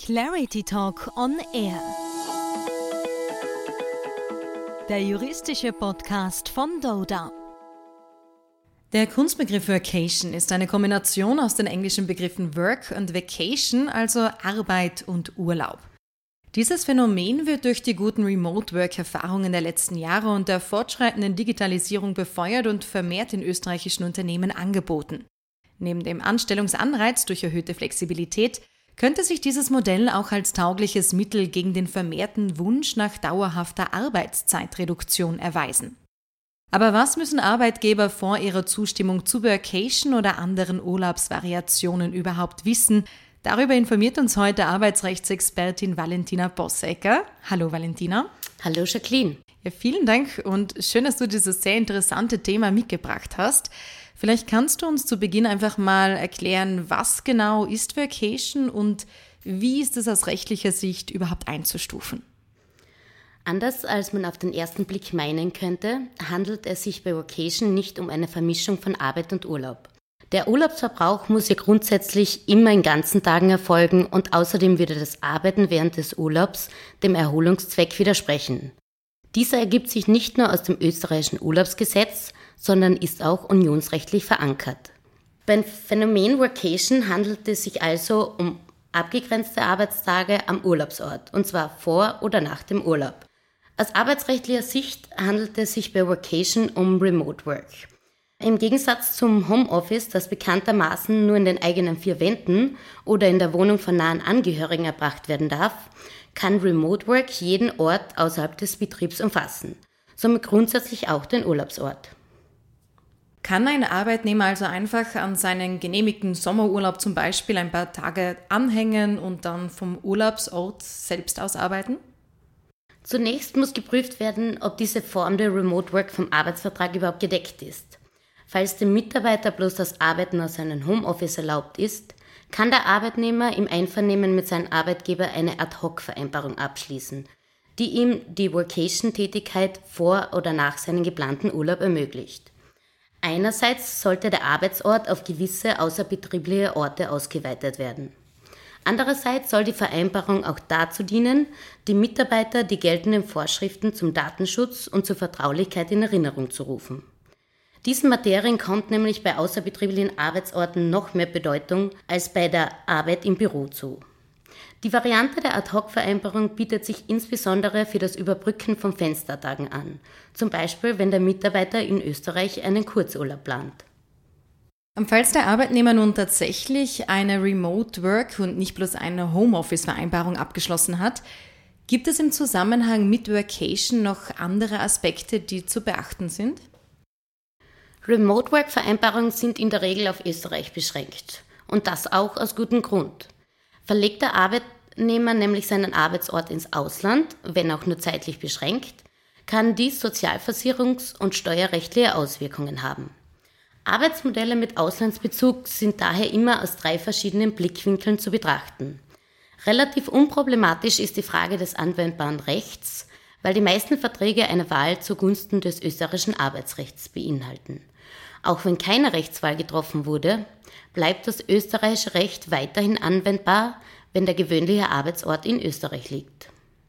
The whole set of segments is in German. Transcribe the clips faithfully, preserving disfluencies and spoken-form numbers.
Clarity Talk on Air. Der juristische Podcast von Doda. Der Kunstbegriff Workation ist eine Kombination aus den englischen Begriffen Work und Vacation, also Arbeit und Urlaub. Dieses Phänomen wird durch die guten Remote-Work-Erfahrungen der letzten Jahre und der fortschreitenden Digitalisierung befeuert und vermehrt in österreichischen Unternehmen angeboten. Neben dem Anstellungsanreiz durch erhöhte Flexibilität könnte sich dieses Modell auch als taugliches Mittel gegen den vermehrten Wunsch nach dauerhafter Arbeitszeitreduktion erweisen. Aber was müssen Arbeitgeber vor ihrer Zustimmung zu Workation oder anderen Urlaubsvariationen überhaupt wissen? Darüber informiert uns heute Arbeitsrechtsexpertin Valentina Bossecker. Hallo Valentina. Hallo Jacqueline. Ja, vielen Dank und schön, dass du dieses sehr interessante Thema mitgebracht hast. Vielleicht kannst du uns zu Beginn einfach mal erklären, was genau ist Workation und wie ist es aus rechtlicher Sicht überhaupt einzustufen? Anders als man auf den ersten Blick meinen könnte, handelt es sich bei Workation nicht um eine Vermischung von Arbeit und Urlaub. Der Urlaubsverbrauch muss ja grundsätzlich immer in ganzen Tagen erfolgen und außerdem würde das Arbeiten während des Urlaubs dem Erholungszweck widersprechen. Dieser ergibt sich nicht nur aus dem österreichischen Urlaubsgesetz, sondern ist auch unionsrechtlich verankert. Beim Phänomen Workation handelt es sich also um abgegrenzte Arbeitstage am Urlaubsort, und zwar vor oder nach dem Urlaub. Aus arbeitsrechtlicher Sicht handelt es sich bei Workation um Remote Work. Im Gegensatz zum Homeoffice, das bekanntermaßen nur in den eigenen vier Wänden oder in der Wohnung von nahen Angehörigen erbracht werden darf, kann Remote Work jeden Ort außerhalb des Betriebs umfassen, somit grundsätzlich auch den Urlaubsort. Kann ein Arbeitnehmer also einfach an seinen genehmigten Sommerurlaub zum Beispiel ein paar Tage anhängen und dann vom Urlaubsort selbst aus arbeiten? Zunächst muss geprüft werden, ob diese Form der Remote Work vom Arbeitsvertrag überhaupt gedeckt ist. Falls dem Mitarbeiter bloß das Arbeiten aus seinem Homeoffice erlaubt ist, kann der Arbeitnehmer im Einvernehmen mit seinem Arbeitgeber eine Ad-hoc-Vereinbarung abschließen, die ihm die Workation-Tätigkeit vor oder nach seinem geplanten Urlaub ermöglicht. Einerseits sollte der Arbeitsort auf gewisse außerbetriebliche Orte ausgeweitet werden. Andererseits soll die Vereinbarung auch dazu dienen, die Mitarbeiter die geltenden Vorschriften zum Datenschutz und zur Vertraulichkeit in Erinnerung zu rufen. Diesen Materien kommt nämlich bei außerbetrieblichen Arbeitsorten noch mehr Bedeutung als bei der Arbeit im Büro zu. Die Variante der Ad-hoc-Vereinbarung bietet sich insbesondere für das Überbrücken von Fenstertagen an, zum Beispiel wenn der Mitarbeiter in Österreich einen Kurzurlaub plant. Falls der Arbeitnehmer nun tatsächlich eine Remote Work und nicht bloß eine Homeoffice-Vereinbarung abgeschlossen hat, gibt es im Zusammenhang mit Workation noch andere Aspekte, die zu beachten sind? Remote Work-Vereinbarungen sind in der Regel auf Österreich beschränkt und das auch aus gutem Grund. Verlegt der Arbeitnehmer nämlich seinen Arbeitsort ins Ausland, wenn auch nur zeitlich beschränkt, kann dies sozialversicherungs- und steuerrechtliche Auswirkungen haben. Arbeitsmodelle mit Auslandsbezug sind daher immer aus drei verschiedenen Blickwinkeln zu betrachten. Relativ unproblematisch ist die Frage des anwendbaren Rechts, weil die meisten Verträge eine Wahl zugunsten des österreichischen Arbeitsrechts beinhalten. Auch wenn keine Rechtswahl getroffen wurde, bleibt das österreichische Recht weiterhin anwendbar, wenn der gewöhnliche Arbeitsort in Österreich liegt.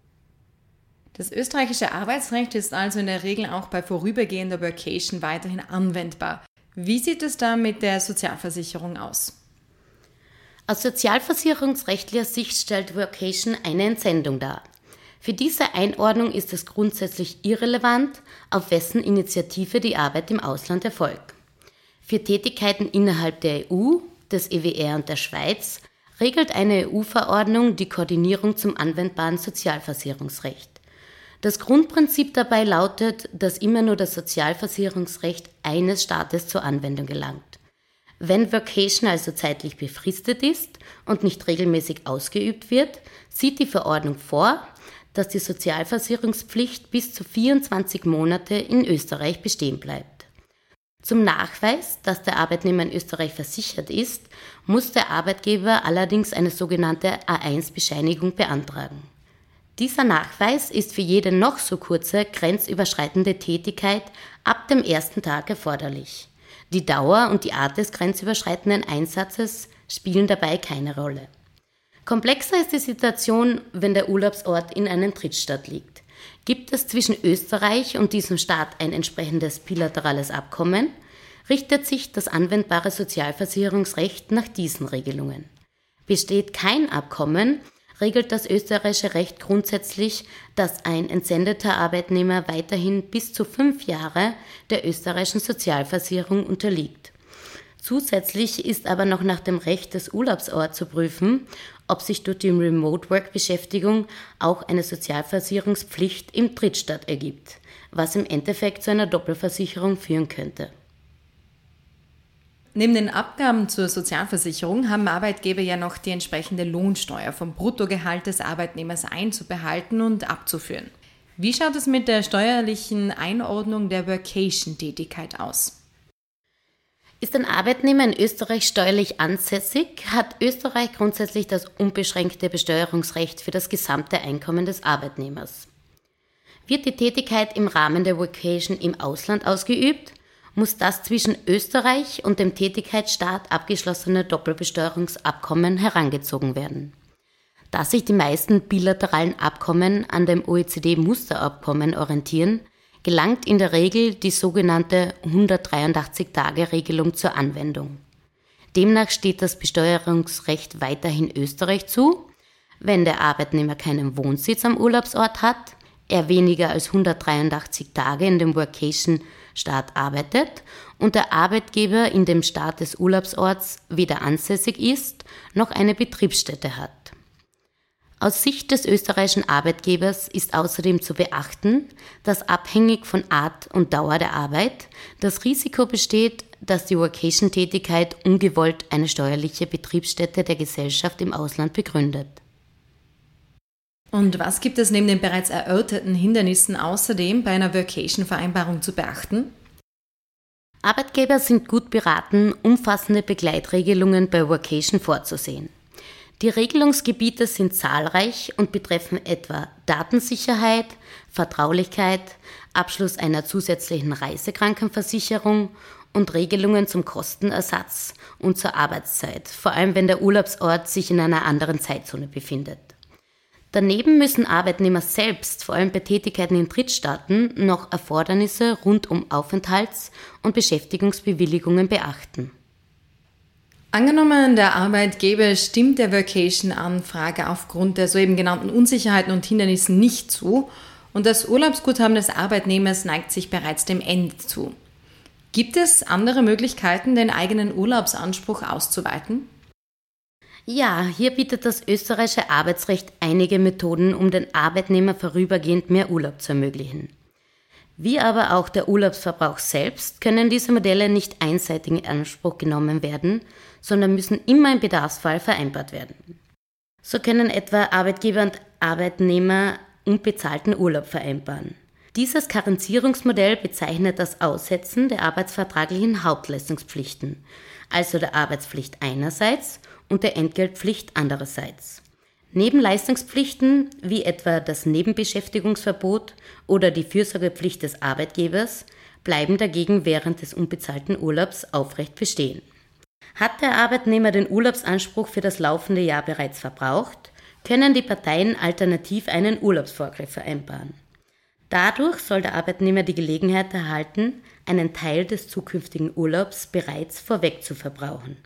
Das österreichische Arbeitsrecht ist also in der Regel auch bei vorübergehender Workation weiterhin anwendbar. Wie sieht es da mit der Sozialversicherung aus? Aus sozialversicherungsrechtlicher Sicht stellt Workation eine Entsendung dar. Für diese Einordnung ist es grundsätzlich irrelevant, auf wessen Initiative die Arbeit im Ausland erfolgt. Für Tätigkeiten innerhalb der E U, des E W R und der Schweiz regelt eine E U-Verordnung die Koordinierung zum anwendbaren Sozialversicherungsrecht. Das Grundprinzip dabei lautet, dass immer nur das Sozialversicherungsrecht eines Staates zur Anwendung gelangt. Wenn Workation also zeitlich befristet ist und nicht regelmäßig ausgeübt wird, sieht die Verordnung vor, dass die Sozialversicherungspflicht bis zu vierundzwanzig Monate in Österreich bestehen bleibt. Zum Nachweis, dass der Arbeitnehmer in Österreich versichert ist, muss der Arbeitgeber allerdings eine sogenannte A eins Bescheinigung beantragen. Dieser Nachweis ist für jede noch so kurze grenzüberschreitende Tätigkeit ab dem ersten Tag erforderlich. Die Dauer und die Art des grenzüberschreitenden Einsatzes spielen dabei keine Rolle. Komplexer ist die Situation, wenn der Urlaubsort in einem Drittstaat liegt. Gibt es zwischen Österreich und diesem Staat ein entsprechendes bilaterales Abkommen, richtet sich das anwendbare Sozialversicherungsrecht nach diesen Regelungen. Besteht kein Abkommen, regelt das österreichische Recht grundsätzlich, dass ein entsendeter Arbeitnehmer weiterhin bis zu fünf Jahre der österreichischen Sozialversicherung unterliegt. Zusätzlich ist aber noch nach dem Recht des Urlaubsorts zu prüfen, ob sich durch die Remote-Work-Beschäftigung auch eine Sozialversicherungspflicht im Drittstaat ergibt, was im Endeffekt zu einer Doppelversicherung führen könnte. Neben den Abgaben zur Sozialversicherung haben Arbeitgeber ja noch die entsprechende Lohnsteuer vom Bruttogehalt des Arbeitnehmers einzubehalten und abzuführen. Wie schaut es mit der steuerlichen Einordnung der Workation-Tätigkeit aus? Ist ein Arbeitnehmer in Österreich steuerlich ansässig, hat Österreich grundsätzlich das unbeschränkte Besteuerungsrecht für das gesamte Einkommen des Arbeitnehmers. Wird die Tätigkeit im Rahmen der Workation im Ausland ausgeübt, muss das zwischen Österreich und dem Tätigkeitsstaat abgeschlossene Doppelbesteuerungsabkommen herangezogen werden. Da sich die meisten bilateralen Abkommen an dem O E C D-Musterabkommen orientieren, gelangt in der Regel die sogenannte hundertdreiundachtzig-Tage-Regelung zur Anwendung. Demnach steht das Besteuerungsrecht weiterhin Österreich zu, wenn der Arbeitnehmer keinen Wohnsitz am Urlaubsort hat, er weniger als hundertdreiundachtzig Tage in dem Workation-Staat arbeitet und der Arbeitgeber in dem Staat des Urlaubsorts weder ansässig ist, noch eine Betriebsstätte hat. Aus Sicht des österreichischen Arbeitgebers ist außerdem zu beachten, dass abhängig von Art und Dauer der Arbeit das Risiko besteht, dass die Workation-Tätigkeit ungewollt eine steuerliche Betriebsstätte der Gesellschaft im Ausland begründet. Und was gibt es neben den bereits erörterten Hindernissen außerdem bei einer Workation-Vereinbarung zu beachten? Arbeitgeber sind gut beraten, umfassende Begleitregelungen bei Workation vorzusehen. Die Regelungsgebiete sind zahlreich und betreffen etwa Datensicherheit, Vertraulichkeit, Abschluss einer zusätzlichen Reisekrankenversicherung und Regelungen zum Kostenersatz und zur Arbeitszeit, vor allem wenn der Urlaubsort sich in einer anderen Zeitzone befindet. Daneben müssen Arbeitnehmer selbst, vor allem bei Tätigkeiten in Drittstaaten, noch Erfordernisse rund um Aufenthalts- und Beschäftigungsbewilligungen beachten. Angenommen, der Arbeitgeber stimmt der Workation-Anfrage aufgrund der soeben genannten Unsicherheiten und Hindernissen nicht zu und das Urlaubsguthaben des Arbeitnehmers neigt sich bereits dem Ende zu. Gibt es andere Möglichkeiten, den eigenen Urlaubsanspruch auszuweiten? Ja, hier bietet das österreichische Arbeitsrecht einige Methoden, um den Arbeitnehmer vorübergehend mehr Urlaub zu ermöglichen. Wie aber auch der Urlaubsverbrauch selbst können diese Modelle nicht einseitig in Anspruch genommen werden, sondern müssen immer im Bedarfsfall vereinbart werden. So können etwa Arbeitgeber und Arbeitnehmer unbezahlten Urlaub vereinbaren. Dieses Karenzierungsmodell bezeichnet das Aussetzen der arbeitsvertraglichen Hauptleistungspflichten, also der Arbeitspflicht einerseits und der Entgeltpflicht andererseits. Neben Leistungspflichten wie etwa das Nebenbeschäftigungsverbot oder die Fürsorgepflicht des Arbeitgebers bleiben dagegen während des unbezahlten Urlaubs aufrecht bestehen. Hat der Arbeitnehmer den Urlaubsanspruch für das laufende Jahr bereits verbraucht, können die Parteien alternativ einen Urlaubsvorgriff vereinbaren. Dadurch soll der Arbeitnehmer die Gelegenheit erhalten, einen Teil des zukünftigen Urlaubs bereits vorweg zu verbrauchen.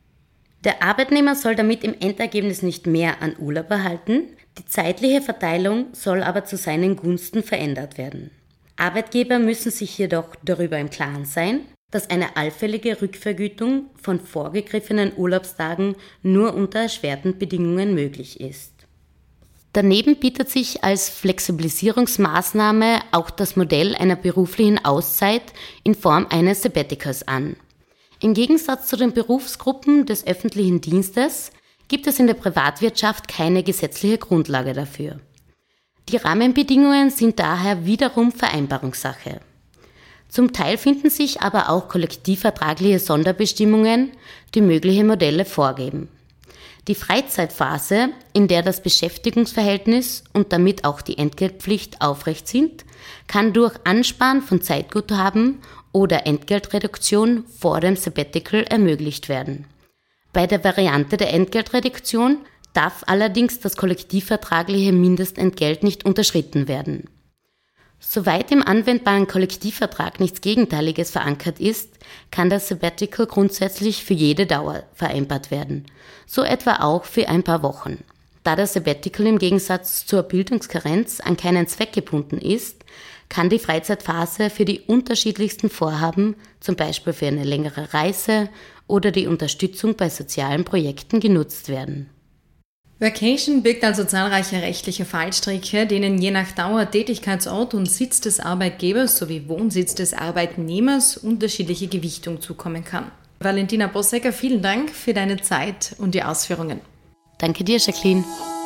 Der Arbeitnehmer soll damit im Endergebnis nicht mehr an Urlaub erhalten, die zeitliche Verteilung soll aber zu seinen Gunsten verändert werden. Arbeitgeber müssen sich jedoch darüber im Klaren sein, dass eine allfällige Rückvergütung von vorgegriffenen Urlaubstagen nur unter erschwerten Bedingungen möglich ist. Daneben bietet sich als Flexibilisierungsmaßnahme auch das Modell einer beruflichen Auszeit in Form eines Sabbaticals an. Im Gegensatz zu den Berufsgruppen des öffentlichen Dienstes gibt es in der Privatwirtschaft keine gesetzliche Grundlage dafür. Die Rahmenbedingungen sind daher wiederum Vereinbarungssache. Zum Teil finden sich aber auch kollektivvertragliche Sonderbestimmungen, die mögliche Modelle vorgeben. Die Freizeitphase, in der das Beschäftigungsverhältnis und damit auch die Entgeltpflicht aufrecht sind, kann durch Ansparen von Zeitguthaben oder Entgeltreduktion vor dem Sabbatical ermöglicht werden. Bei der Variante der Entgeltreduktion darf allerdings das kollektivvertragliche Mindestentgelt nicht unterschritten werden. Soweit im anwendbaren Kollektivvertrag nichts Gegenteiliges verankert ist, kann das Sabbatical grundsätzlich für jede Dauer vereinbart werden, so etwa auch für ein paar Wochen. Da das Sabbatical im Gegensatz zur Bildungskarenz an keinen Zweck gebunden ist, kann die Freizeitphase für die unterschiedlichsten Vorhaben, zum Beispiel für eine längere Reise oder die Unterstützung bei sozialen Projekten genutzt werden. Vacation birgt also zahlreiche rechtliche Fallstricke, denen je nach Dauer, Tätigkeitsort und Sitz des Arbeitgebers sowie Wohnsitz des Arbeitnehmers unterschiedliche Gewichtung zukommen kann. Valentina Bossecker, vielen Dank für deine Zeit und die Ausführungen. Danke dir, Jacqueline.